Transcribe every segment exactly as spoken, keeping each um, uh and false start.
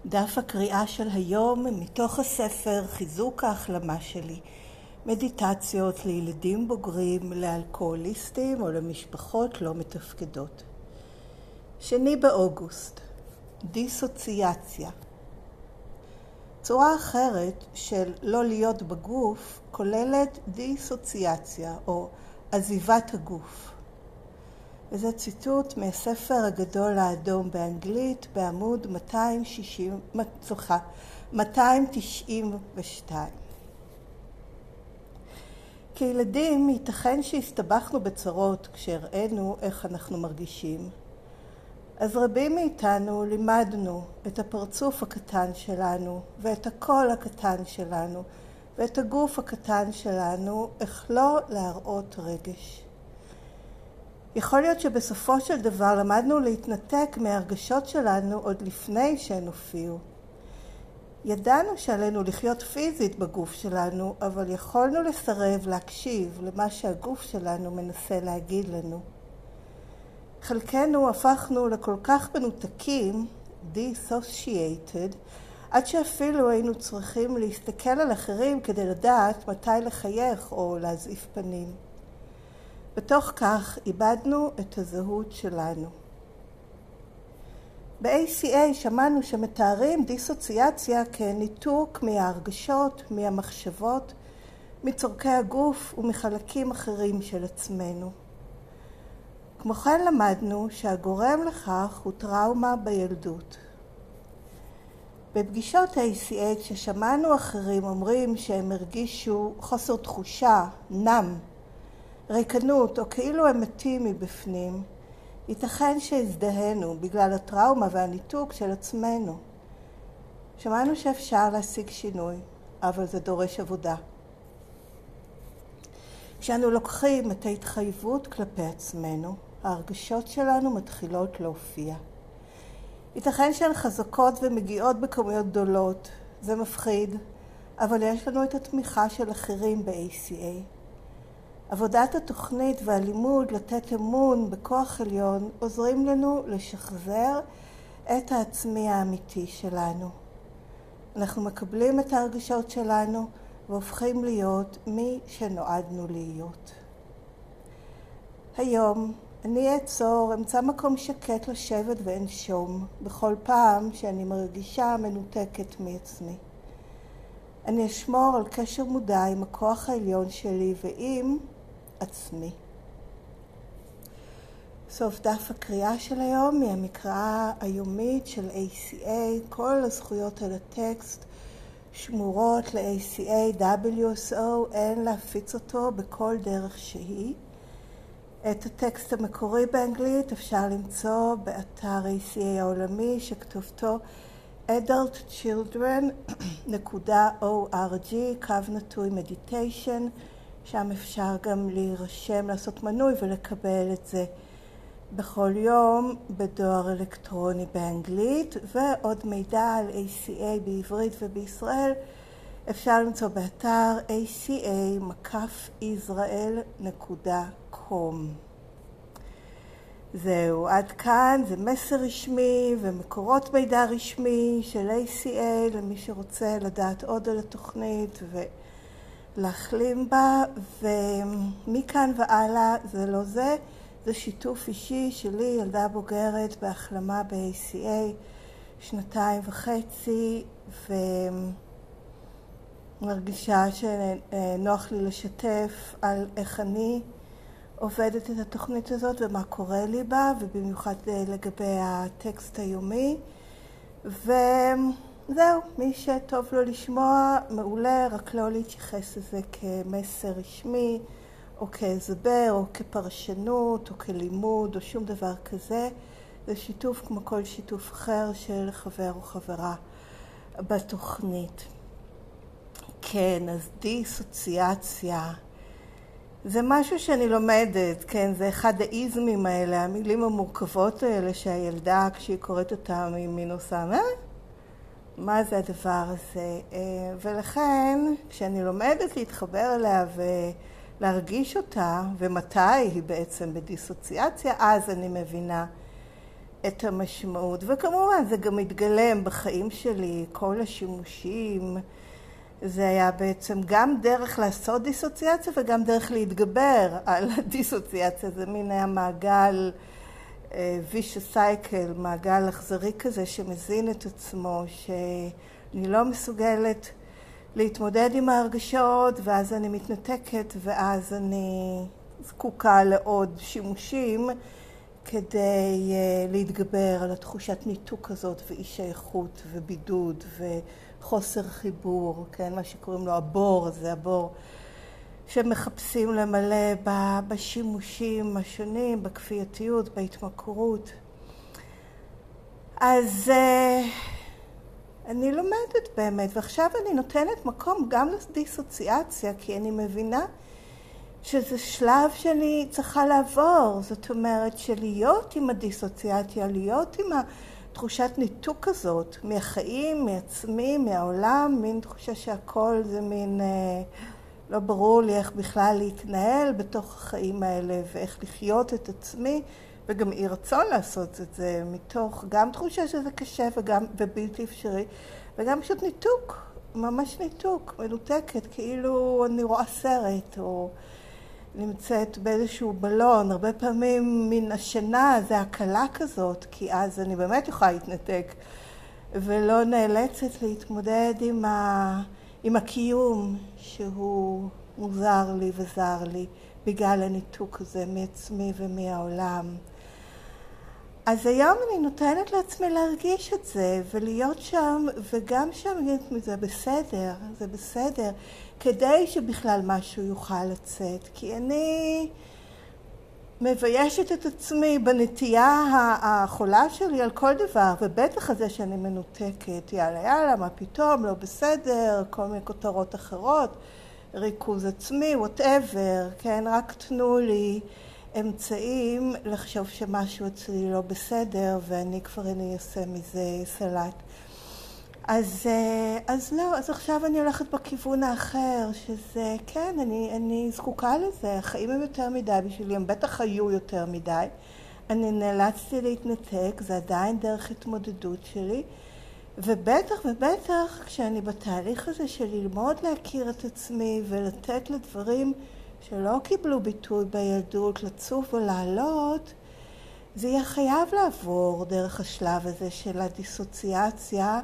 דף הקריאה של היום מתוך הספר חיזוק ההחלמה שלי, מדיטציות לילדים בוגרים, לאלכוהוליסטים או למשפחות לא מתפקדות. שני באוגוסט, דיסוציאציה. צורה אחרת של לא להיות בגוף כוללת דיסוציאציה או עזיבת הגוף. וזה ציטוט מהספר הגדול האדום באנגלית בעמוד מאתיים שישים, סליחה, מאתיים תשעים ושתיים. כילדים ייתכן שהסתבכנו בצרות כשהראינו איך אנחנו מרגישים. אז רבים מאיתנו לימדנו את הפרצוף הקטן שלנו ואת הקול הקטן שלנו ואת הגוף הקטן שלנו איך לא להראות רגש. יכול להיות שבסופו של דבר למדנו להתנתק מהרגשות שלנו עוד לפני שהן הופיעו. ידענו שעלינו לחיות פיזית בגוף שלנו, אבל יכולנו לסרב להקשיב למה שהגוף שלנו מנסה להגיד לנו. חלקנו הפכנו לכל כך מנותקים, dissociated, עד שאפילו היינו צריכים להסתכל על אחרים כדי לדעת מתי לחייך או להזעיף פנים. בתוך כך איבדנו את הזהות שלנו. ב-A C A שמענו שמתארים דיסוציאציה כניתוק מההרגשות, מהמחשבות, מצורכי הגוף ומחלקים אחרים של עצמנו. כמו כן למדנו שהגורם לכך הוא טראומה בילדות. בפגישות A C A כששמענו אחרים אומרים שהם הרגישו חוסר תחושה, נם, ריקנות או כאילו הם מתים מבפנים, ייתכן שהזדהנו בגלל הטראומה והניתוק של עצמנו. שמענו שאפשר להשיג שינוי, אבל זה דורש עבודה. כשאנו לוקחים את ההתחייבות כלפי עצמנו, ההרגשות שלנו מתחילות להופיע. ייתכן שהן חזקות ומגיעות בכמויות גדולות, זה מפחיד, אבל יש לנו את התמיכה של אחרים ב-A C A. עבודת התוכנית והלימוד לתת אמון בכוח עליון עוזרים לנו לשחזר את העצמי האמיתי שלנו. אנחנו מקבלים את ההרגשות שלנו והופכים להיות מי שנועדנו להיות. היום אני אעצור, אמצא מקום שקט לשבת ואנשום בכל פעם שאני מרגישה מנותקת מעצמי. אני אשמור על קשר מודע עם הכוח העליון שלי ועם עצמי. סוף דף הקריאה של היום מהמקראה היומית של A C A. כל הזכויות על הטקסט שמורות ל-A C A W S O, אין להפיץ אותו בכל דרך שהיא. את הטקסט המקורי באנגלית אפשר למצוא באתר A C A העולמי שכתובתו adult children נקודה O R G קו נטוי meditation. שם אפשר גם להירשם, לעשות מנוי ולקבל את זה בכל יום בדואר אלקטרוני באנגלית, ועוד מידע על A C A בעברית ובישראל אפשר למצוא באתר A C A מקף ישראל נקודה קום. זהו, עד כאן זה מסר רשמי ומקורות מידע רשמי של A C A למי שרוצה לדעת עוד על התוכנית ו... להחלים בה, ומכאן והלאה זה לא זה, זה שיתוף אישי שלי, ילדה בוגרת בהחלמה ב-A C A, שנתיים וחצי, ומרגישה שנוח לי לשתף על איך אני עובדת את התוכנית הזאת ומה קורה לי בה, ובמיוחד לגבי הטקסט היומי. ו... זהו, מי שטוב לו לשמוע, מעולה, רק לא להתייחס לזה כמסר רשמי, או כהסבר, או כפרשנות, או כלימוד, או שום דבר כזה. זה שיתוף כמו כל שיתוף אחר של חבר או חברה בתוכנית. כן, אז דיסוציאציה. זה משהו שאני לומדת, כן, זה אחד האיזמים האלה, המילים המורכבות האלה שהילדה, כשהיא קוראת אותם, היא מינוסה, אה? מה זה הדבר הזה? ולכן, כשאני לומדת להתחבר אליה ולהרגיש אותה, ומתי היא בעצם בדיסוציאציה, אז אני מבינה את המשמעות. וכמובן זה גם מתגלם בחיים שלי, כל השימושים. זה היה בעצם גם דרך לעשות דיסוציאציה וגם דרך להתגבר על הדיסוציאציה. זה מין היה מעגל, vicious cycle, מעגל אכזרי כזה שמזין את עצמו, שאני לא מסוגלת להתמודד עם ההרגשות, ואז אני מתנתקת, ואז אני זקוקה לעוד שימושים כדי להתגבר על התחושת ניתוק הזאת ואי שייכות ובידוד וחוסר חיבור, כן? מה שקוראים לו הבור, זה הבור שמחפשים למלא בשימושים השונים, בכפייתיות, בהתמכרות. אז אני לומדת באמת, ועכשיו אני נותנת מקום גם לדיסוציאציה, כי אני מבינה שזה שלב שאני צריכה לעבור. זאת אומרת, שלהיות עם הדיסוציאציה, להיות עם התחושת ניתוק הזאת, מהחיים, מעצמי, מהעולם, מין תחושה שהכל זה מין, אה, לא ברור לי איך בכלל להתנהל בתוך החיים האלה, ואיך לחיות את עצמי, וגם אי רצון לעשות את זה, מתוך גם תחושה שזה קשה וגם ובלתי אפשרי, וגם פשוט ניתוק, ממש ניתוק, מנותקת, כאילו אני רואה סרט, או נמצאת באיזשהו בלון. הרבה פעמים מן השינה זה הקלה כזאת, כי אז אני באמת יכולה להתנתק, ולא נאלצת להתמודד עם, ה... עם הקיום שהוא מוזר לי וזר לי, בגלל הניתוק הזה מעצמי ומהעולם. אז היום אני נותנת לעצמי להרגיש את זה, ולהיות שם, וגם שם זה בסדר, זה בסדר, כדי שבכלל משהו יוכל לצאת. כי אני מביישת את עצמי בנטייה החולה שלי על כל דבר, ובטח הזה שאני מנותקת, יאללה יאללה, מה פתאום, לא בסדר, כל מיני כותרות אחרות, ריכוז עצמי, whatever, כן, רק תנו לי אמצעים לחשוב שמשהו אצלי לא בסדר, ואני כבר אני אעשה מזה סלט. אז, אז לא, אז עכשיו אני הולכת בכיוון האחר, שזה, כן, אני, אני זקוקה לזה, החיים הם יותר מדי בשבילי, הם בטח היו יותר מדי. אני נאלצתי להתנתק, זה עדיין דרך התמודדות שלי, ובטח ובטח כשאני בתהליך הזה של ללמוד להכיר את עצמי ולתת לדברים שלא קיבלו ביטוי בילדות, לצוף ולעלות, זה יהיה חייב לעבור דרך השלב הזה של הדיסוציאציה,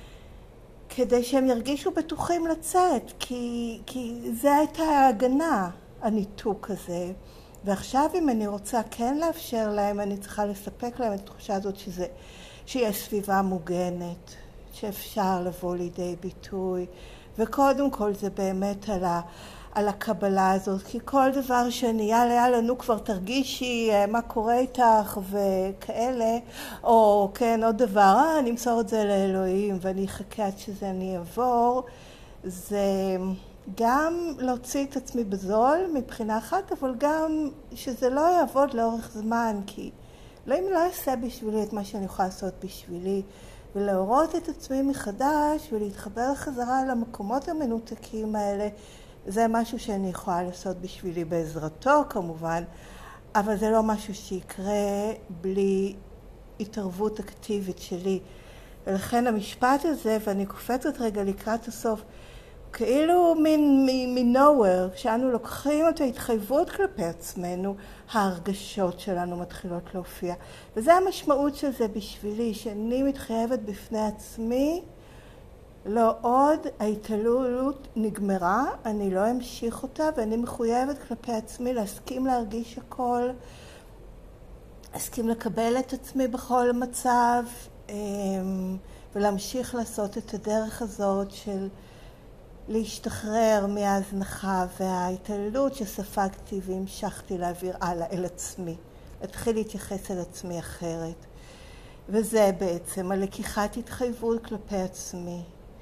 כדי שהם ירגישו בטוחים לצאת, כי, כי זה הייתה ההגנה, הניתוק הזה. ועכשיו אם אני רוצה כן לאפשר להם, אני צריכה לספק להם את התחושה הזאת שזה, שיש סביבה מוגנת, שאפשר לבוא לידי ביטוי. וקודם כל זה באמת על ה... על הקבלה הזאת, כי כל דבר שאני, יאללה, יאללה, נו כבר תרגישי מה קורה איתך וכאלה, או כן, עוד דבר, אה, אני אמסור את זה לאלוהים ואני אחכה עד שזה אני אעבור, זה גם להוציא את עצמי בזול מבחינה אחת, אבל גם שזה לא יעבוד לאורך זמן, כי לא אם לא אעשה בשבילי את מה שאני יכולה לעשות בשבילי, ולהורות את עצמי מחדש ולהתחבר חזרה למקומות המנותקים האלה, זה משהו שאני יכולה לעשות בשבילי בעזרתו כמובן, אבל זה לא משהו שיקרה בלי התערבות אקטיבית שלי. ולכן המשפט הזה, ואני קופצת רגע לקראת הסוף, כאילו מן, מן nowhere, כשאנו לוקחים את ההתחייבות כלפי עצמנו, ההרגשות שלנו מתחילות להופיע. וזה המשמעות של זה בשבילי, שאני מתחייבת בפני עצמי, לא עוד, ההתעללות נגמרה, אני לא אמשיך אותה, ואני מחויבת כלפי עצמי להסכים להרגיש הכל, להסכים לקבל את עצמי בכל מצב, ולהמשיך לעשות את הדרך הזאת של להשתחרר מההזנחה וההתעללות שספגתי והמשכתי להעביר הלאה אל עצמי, להתחיל להתייחס אל עצמי אחרת. וזה בעצם הלקיחת התחייבות כלפי עצמי.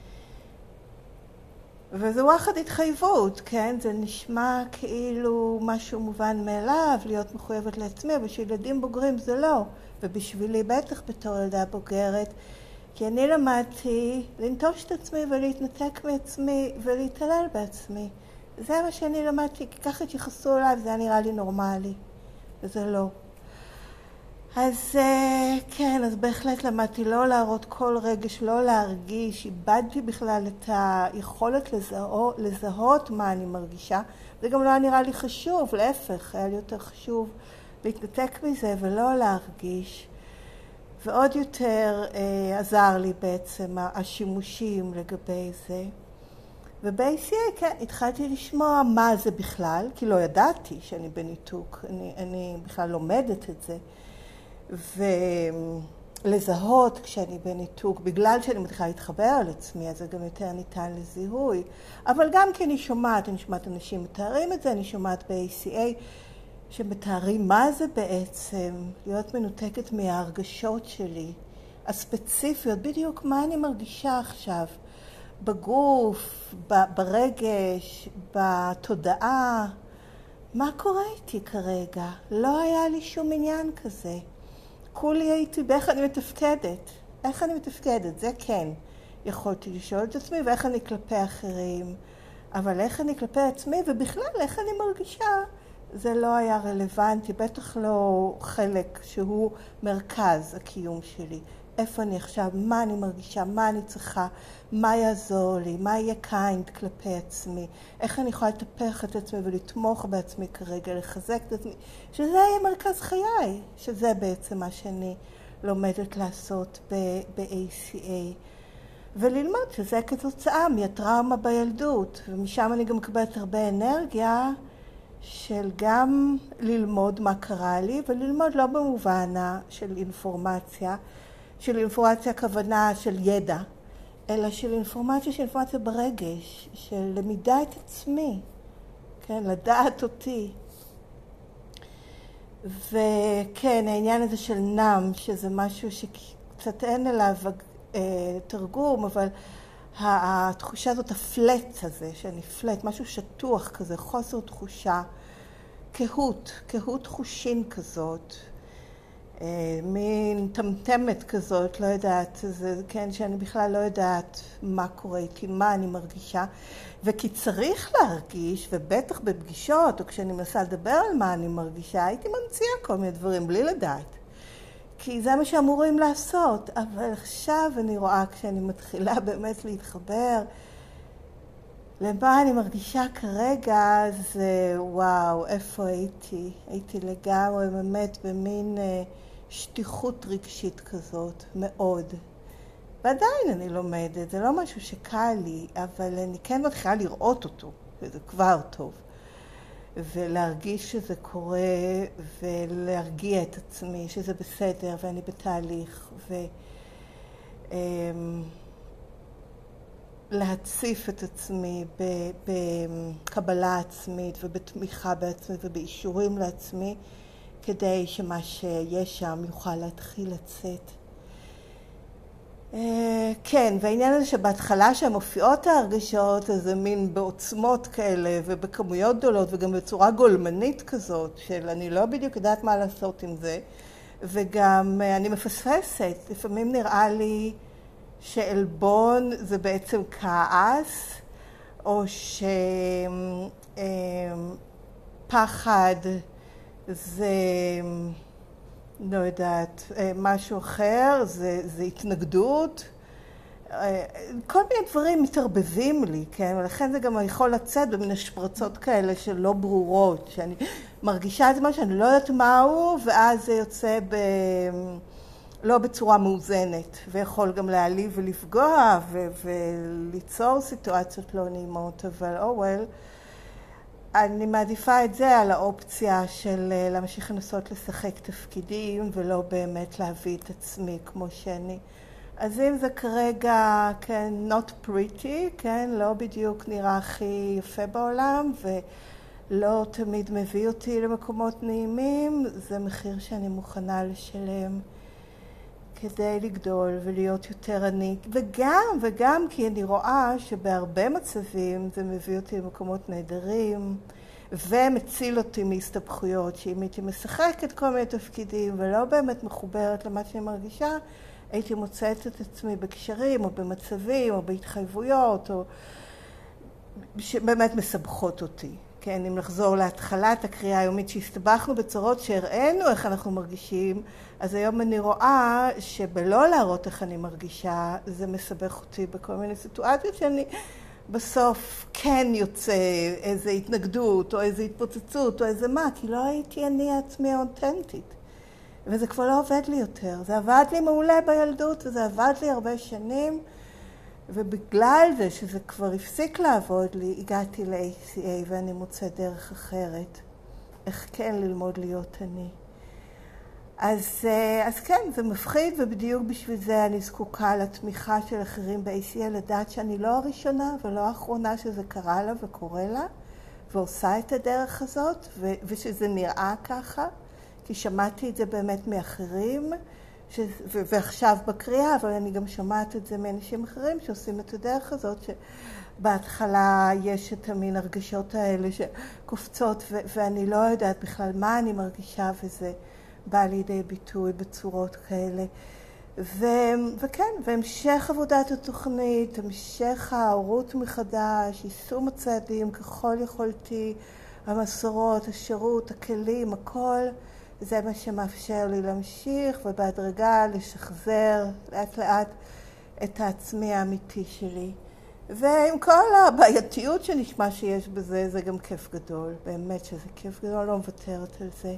וזה וואחד התחייבות, כן? זה נשמע כאילו משהו מובן מאליו, להיות מחויבת לעצמי, אבל שילדים בוגרים זה לא. ובשבילי בטח בתור ילדה בוגרת, כי אני למדתי לנטוש את עצמי ולהתנתק מעצמי ולהתעלל בעצמי. זה מה שאני למדתי, כי ככה התייחסו אליו, זה היה נראה לי נורמלי, וזה לא. אז, כן, אז בהחלט למדתי לא להראות כל רגש, לא להרגיש, איבדתי בכלל את היכולת לזהות, לזהות מה אני מרגישה. זה גם לא היה נראה לי חשוב, להפך, היה לי יותר חשוב להתנתק מזה ולא להרגיש. ועוד יותר אה, עזר לי בעצם השימושים לגבי זה. וב-איי סי איי, כן, התחלתי לשמוע מה זה בכלל, כי לא ידעתי שאני בניתוק, אני, אני בכלל לומדת את זה. ולזהות כשאני בניתוק, בגלל שאני מתחילה להתחבר על עצמי, אז זה גם יותר ניתן לזיהוי. אבל גם כי אני שומעת, אני שומעת אנשים מתארים את זה, אני שומעת ב-איי סי איי שמתארים מה זה בעצם, להיות מנותקת מההרגשות שלי, הספציפיות, בדיוק מה אני מרגישה עכשיו, בגוף, ברגש, בתודעה, מה קורה איתי כרגע? לא היה לי שום עניין כזה. כולי הייתי באיך אני מתפקדת. איך אני מתפקדת? זה כן. יכולתי לשאול את עצמי ואיך אני כלפי אחרים. אבל איך אני כלפי עצמי ובכלל איך אני מרגישה, זה לא היה רלוונטי. בטח לא חלק שהוא מרכז הקיום שלי. איפה אני עכשיו, מה אני מרגישה, מה אני צריכה, מה יעזור לי, מה יהיה קיינד כלפי עצמי, איך אני יכולה לטפח את עצמי ולתמוך בעצמי כרגע, לחזק את עצמי, שזה יהיה מרכז חיי, שזה בעצם מה שאני לומדת לעשות ב-איי סי איי. וללמוד שזה כתוצאה מהטראומה בילדות, ומשם אני גם מקבלת הרבה אנרגיה של גם ללמוד מה קרה לי, וללמוד לא במובנה של אינפורמציה, של אינפורמציה הכוונה של ידע, אלא של אינפורמציה, של אינפורמציה ברגש, של למידה את עצמי, כן, לדעת אותי. וכן, העניין הזה של נם, שזה משהו שקצת אין אליו אה, תרגום, אבל התחושה הזאת, הפלט הזה, שאני פלט, משהו שטוח כזה, חוסר תחושה, קהות, קהות חושין כזאת, מין טמטמת כזאת, לא יודעת, זה, כן, שאני בכלל לא יודעת מה קורה איתי, מה אני מרגישה, וכי צריך להרגיש, ובטח בפגישות, או כשאני מנסה לדבר על מה אני מרגישה, הייתי ממציאה כל מיני דברים בלי לדעת. כי זה מה שאמורים לעשות, אבל עכשיו אני רואה, כשאני מתחילה באמת להתחבר, למה אני מרגישה כרגע, זה וואו, איפה הייתי? הייתי לגמרי באמת במין שטיחות רגשית כזאת, מאוד. ועדיין אני לומדת, זה לא משהו שקל לי, אבל אני כן מתחילה לראות אותו, וזה כבר טוב. ולהרגיש שזה קורה, ולהרגיע את עצמי, שזה בסדר, ואני בתהליך, ו... להציף את עצמי בקבלה עצמית ובתמיכה בעצמי ובאישורים לעצמי, כדי שמה שיש שם יוכל להתחיל לצאת. כן, והעניין הזה שבהתחלה שהן מופיעות ההרגשות, אז זה מין בעוצמות כאלה ובכמויות גדולות וגם בצורה גולמנית כזאת, של אני לא בדיוק יודעת מה לעשות עם זה, וגם אני מפספסת. לפעמים נראה לי שעלבון זה בעצם כעס, או שפחד זה, לא יודעת, משהו אחר, זה, זה התנגדות. כל מיני דברים מתערבבים לי, כן? ולכן זה גם יכול לצאת במין השפרצות כאלה שלא ברורות, שאני מרגישה את זה מה שאני לא יודעת מהו, ואז זה יוצא ב... לא בצורה מאוזנת, ויכול גם להעליב ולפגוע ו- וליצור סיטואציות לא נעימות, אבל oh well, אני מעדיפה את זה על האופציה של להמשיך לנסות לשחק תפקידים, ולא באמת להביא את עצמי כמו שאני. אז אם זה כרגע, כן, not pretty, כן, לא בדיוק נראה הכי יפה בעולם, ולא תמיד מביא אותי למקומות נעימים, זה מחיר שאני מוכנה לשלם. כדי לגדול ולהיות יותר אני, וגם, וגם כי אני רואה שבהרבה מצבים זה מביא אותי למקומות נהדרים, ומציל אותי מהסתבכויות, שאם הייתי משחקת כל מיני תפקידים ולא באמת מחוברת למה שאני מרגישה, הייתי מוצאת את עצמי בקשרים או במצבים או בהתחייבויות, או שבאמת מסבכות אותי. כן, אם נחזור להתחלת הקריאה היומית שהסתבכנו בצורות שהראינו איך אנחנו מרגישים, אז היום אני רואה שבלא להראות איך אני מרגישה, זה מסבך אותי בכל מיני סיטואציות שאני בסוף כן יוצא איזו התנגדות או איזו התפוצצות או איזה מה, כי לא הייתי אני עצמי האותנטית. וזה כבר לא עובד לי יותר. זה עבד לי מעולה בילדות וזה עבד לי הרבה שנים, ובגלל זה שזה כבר הפסיק לעבוד לי, הגעתי ל-איי סי איי ואני מוצאת דרך אחרת. איך כן ללמוד להיות אני. אז, אז כן, זה מפחיד, ובדיוק בשביל זה אני זקוקה לתמיכה של אחרים ב-איי סי איי, לדעת שאני לא הראשונה ולא האחרונה שזה קרה לה וקורה לה, ועושה את הדרך הזאת, ו- ושזה נראה ככה, כי שמעתי את זה באמת מאחרים, ש- ו- ועכשיו בקריאה, אבל אני גם שומעת את זה מאנשים אחרים שעושים את הדרך הזאת, שבהתחלה יש את המין הרגשות האלה שקופצות, ו- ואני לא יודעת בכלל מה אני מרגישה, וזה בא לידי ביטוי בצורות כאלה. ו- וכן, והמשך עבודת התוכנית, המשך ההורות מחדש, יישום הצעדים ככל יכולתי, המסורות, השירות, הכלים, הכל, זה מה שמאפשר לי להמשיך ובהדרגה לשחזר לאט לאט את העצמי האמיתי שלי. ועם כל הבעייתיות שנשמע שיש בזה, זה גם כיף גדול. באמת שזה כיף גדול, לא מוותרת על זה.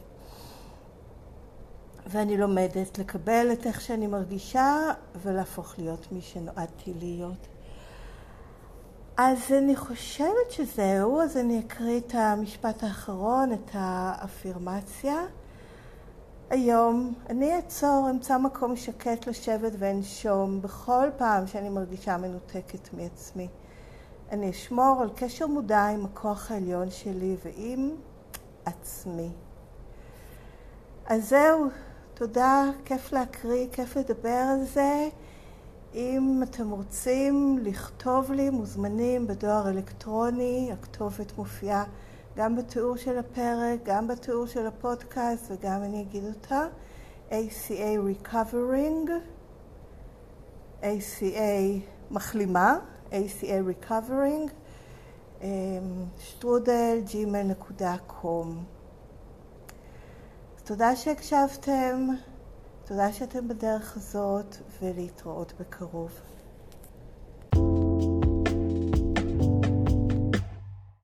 ואני לומדת לקבל את איך שאני מרגישה ולהפוך להיות מי שנועדתי להיות. אז אני חושבת שזהו, אז אני אקריא את המשפט האחרון, את האפירמציה. היום אני אעצור, אמצא מקום שקט לשבת ואנשום בכל פעם שאני מרגישה מנותקת מעצמי. אני אשמור על קשר מודע עם הכוח העליון שלי ועם עצמי. אז זהו, תודה, כיף להקריא, כיף לדבר על זה. אם אתם רוצים לכתוב לי, מוזמנים בדואר אלקטרוני, הכתובת מופיעה גם בתיאור של הפרק, גם בתיאור של הפודקאסט, וגם אני אגיד אותה, איי סי איי Recovering, איי סי איי מחלימה, איי סי איי Recovering, שטרודל ג'ימייל נקודה קום. תודה שהקשבתם, תודה שאתם בדרך הזאת, ולהתראות בקרוב.